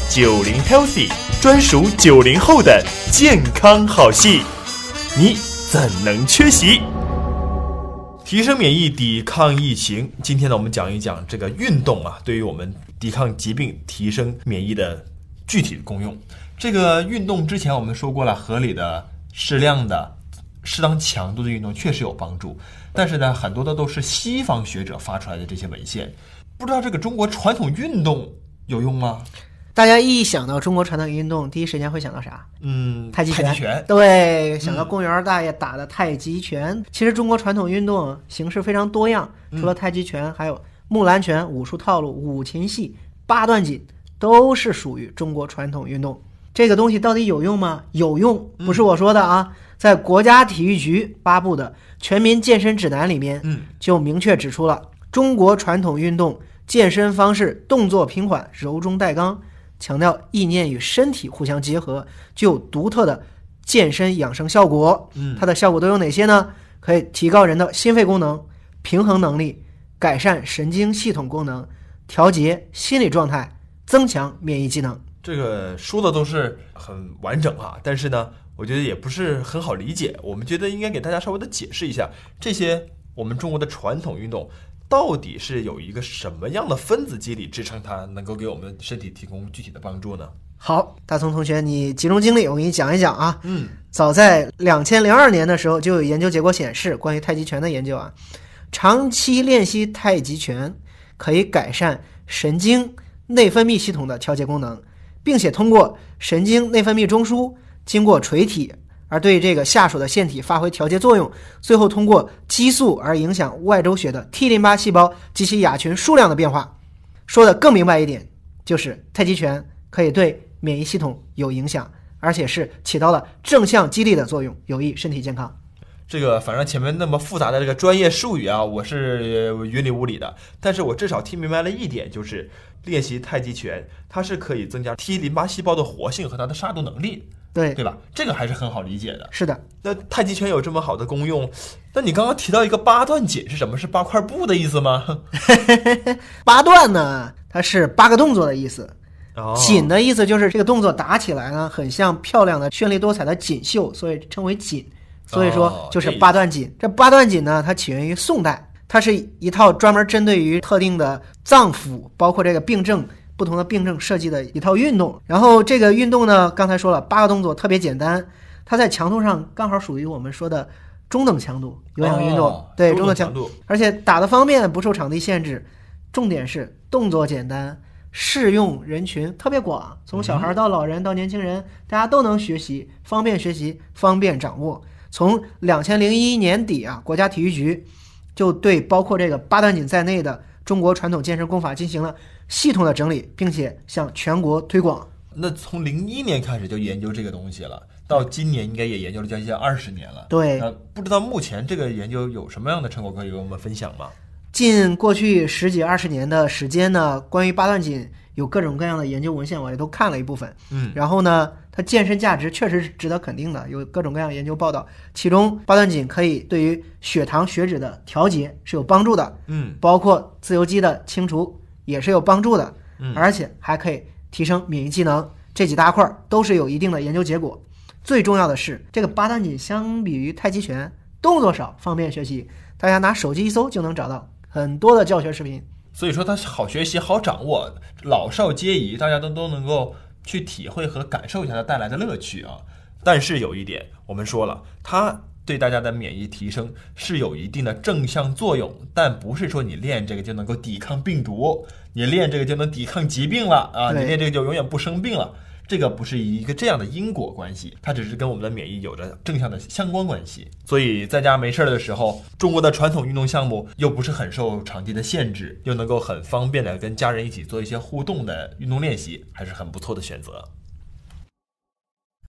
90 Healthy， 专属90后的健康好戏，你怎能缺席？提升免疫，抵抗疫情。今天呢，我们讲一讲这个运动啊，对于我们抵抗疾病、提升免疫的具体的功用。这个运动之前我们说过了，合理的、适量的、适当强度的运动确实有帮助，但是呢，很多的都是西方学者发出来的这些文献。不知道这个中国传统运动有用吗？ 大家一想到中国传统运动，第一时间会想到啥？太极拳。对，想到公园大爷打的太极拳。其实中国传统运动形式非常多样，除了太极拳，还有木兰拳、武术套路、五禽戏、八段锦，都是属于中国传统运动。这个东西到底有用吗？有用，不是我说的啊，在国家体育局发布的全民健身指南里面，就明确指出了中国传统运动健身方式动作平缓、柔中带刚，强调意念与身体互相结合，具有独特的健身养生效果。它的效果都有哪些呢？可以提高人的心肺功能、平衡能力，改善神经系统功能，调节心理状态，增强免疫机能。 这个说的都是很完整啊，但是呢，我觉得也不是很好理解。我们觉得应该给大家稍微的解释一下，这些我们中国的传统运动到底是有一个什么样的分子机理支撑它能够给我们身体提供具体的帮助呢？ 好，大聪同学，你集中精力，我给你讲一讲啊。早在2002年的时候，就有研究结果显示，关于太极拳的研究啊，长期练习太极拳可以改善神经内分泌系统的调节功能，并且通过神经内分泌中枢经过垂体而对这个下属的腺体发挥调节作用，最后通过激素而影响外周血的 T 淋巴细胞及其亚群数量的变化。说的更明白一点，就是太极拳可以对免疫系统有影响，而且是起到了正向激励的作用，有益身体健康。 这个反正前面那么复杂的这个专业术语啊，我是云里雾里的，但是我至少听明白了一点，就是练习太极拳它是可以增加 T 淋巴细胞的活性和它的杀毒能力，对吧？这个还是很好理解的。 是的。 那太极拳有这么好的功用，那你刚刚提到一个八段锦是什么？是8块布的意思吗？ 八段呢，它是8个动作的意思。锦的意思就是这个动作打起来呢，很像漂亮的绚丽多彩的锦绣，所以称为锦。所以说就是八段锦。这八段锦呢，它起源于宋代，它是一套专门针对于特定的脏腑，包括这个病症、不同的病症设计的一套运动。然后这个运动呢，刚才说了8个动作特别简单，它在强度上刚好属于我们说的中等强度有氧运动。对，中等强度，而且打的方面不受场地限制，重点是动作简单，适用人群特别广，从小孩到老人到年轻人，大家都能学习，方便学习，方便掌握。从2001年底啊，国家体育局就对包括这个八段锦在内的中国传统健身功法进行了系统的整理，并且向全国推广。 那从01年开始就研究这个东西了，到今年应该也研究了将近20年了。 对， 不知道目前这个研究有什么样的成果可以跟我们分享吗？ 近过去10几20年的时间呢，关于八段锦有各种各样的研究文献，我也都看了一部分。然后呢，它健身价值确实是值得肯定的，有各种各样的研究报道。其中八段锦可以对于血糖血脂的调节是有帮助的，包括自由基的清除也是有帮助的，而且还可以提升免疫机能，这几大块都是有一定的研究结果。最重要的是，这个八段锦相比于太极拳动作少，方便学习，大家拿手机一搜就能找到很多的教学视频。 所以说它好学习好掌握，老少皆宜，大家都能够去体会和感受一下它带来的乐趣啊。但是有一点我们说了，它对大家的免疫提升是有一定的正向作用，但不是说你练这个就能够抵抗病毒，你练这个就能抵抗疾病了啊，你练这个就永远不生病了。这个不是一个这样的因果关系，它只是跟我们的免疫有着正向的相关关系。所以在家没事的时候，中国的传统运动项目又不是很受场地的限制，又能够很方便的跟家人一起做一些互动的运动练习，还是很不错的选择。